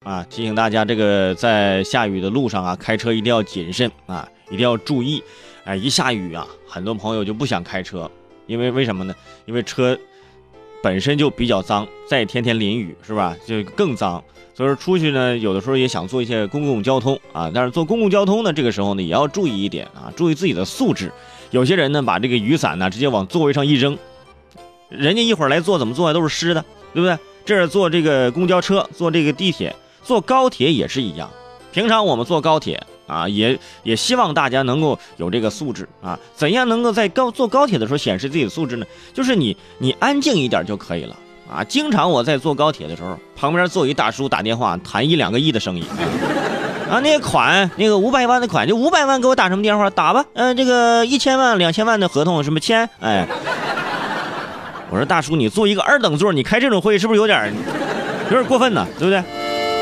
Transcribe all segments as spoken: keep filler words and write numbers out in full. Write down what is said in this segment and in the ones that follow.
啊，提醒大家这个在下雨的路上啊，开车一定要谨慎啊，一定要注意。哎，一下雨啊，很多朋友就不想开车，因为为什么呢？因为车本身就比较脏，再天天淋雨是吧，就更脏。所以说出去呢，有的时候也想做一些公共交通啊，但是做公共交通呢，这个时候呢也要注意一点啊，注意自己的素质。有些人呢把这个雨伞呢直接往座位上一扔，人家一会儿来坐怎么坐都是湿的，对不对？这是坐这个公交车，坐这个地铁，坐高铁也是一样。平常我们坐高铁啊，也也希望大家能够有这个素质啊。怎样能够在高坐高铁的时候显示自己的素质呢？就是你你安静一点就可以了啊。经常我在坐高铁的时候，旁边坐一大叔打电话谈一两个亿的生意啊，那个款那个五百万的款，就五百万给我打什么电话？打吧，嗯、呃，这个一千万两千万的合同什么签？哎。我说大叔，你坐一个二等座，你开这种会是不是有点有点过分呢？对不对？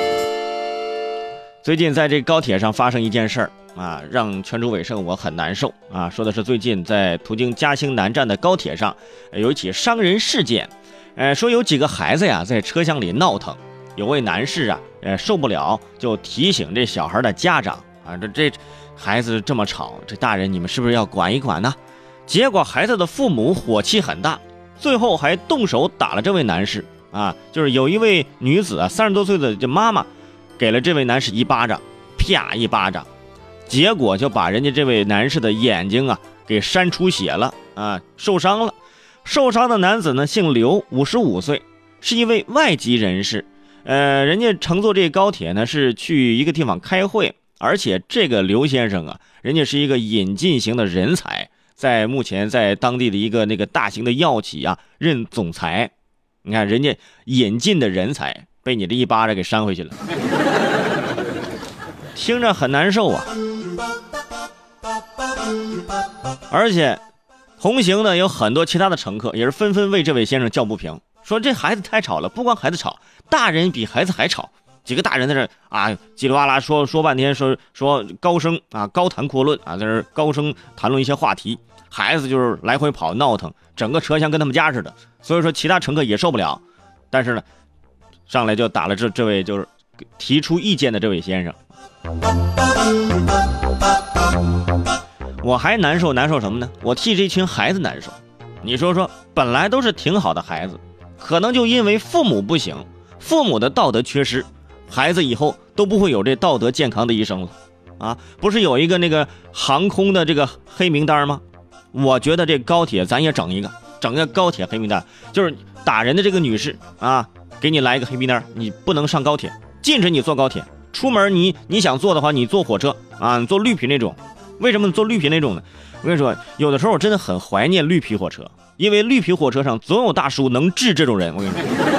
最近在这高铁上发生一件事儿啊，让全主伟胜我很难受啊。说的是最近在途经嘉兴南站的高铁上，有一起伤人事件。呃，说有几个孩子呀在车厢里闹腾，有位男士啊，呃受不了就提醒这小孩的家长啊，这这孩子这么吵，这大人你们是不是要管一管呢？结果孩子的父母火气很大。最后还动手打了这位男士啊，就是有一位女子啊，三十多岁的这妈妈，给了这位男士一巴掌，啪一巴掌，结果就把人家这位男士的眼睛啊给扇出血了啊，受伤了。受伤的男子呢姓刘，五十五岁，是一位外籍人士。呃，人家乘坐这个高铁呢是去一个地方开会，而且这个刘先生啊，人家是一个引进型的人才。在目前在当地的一个那个大型的药企啊任总裁，你看人家引进的人才被你这一巴掌给扇回去了，听着很难受啊。而且同行的有很多其他的乘客也是纷纷为这位先生叫不平，说这孩子太吵了，不光孩子吵，大人比孩子还吵。几个大人在这啊叽里哇啦说说半天，说说高声啊高谈阔论啊，在这高声谈论一些话题，孩子就是来回跑闹腾，整个车厢跟他们家似的。所以说其他乘客也受不了，但是呢上来就打了这这位就是提出意见的这位先生。我还难受难受什么呢？我替这群孩子难受。你说说，本来都是挺好的孩子，可能就因为父母不行，父母的道德缺失，孩子以后都不会有这道德健康的一生了啊！不是有一个那个航空的这个黑名单吗？我觉得这高铁咱也整一个，整个高铁黑名单，就是打人的这个女士啊，给你来一个黑名单，你不能上高铁，禁止你坐高铁，出门你你想坐的话，你坐火车啊，你坐绿皮那种。为什么坐绿皮那种呢？我跟你说，有的时候我真的很怀念绿皮火车，因为绿皮火车上总有大叔能治这种人。我跟你说。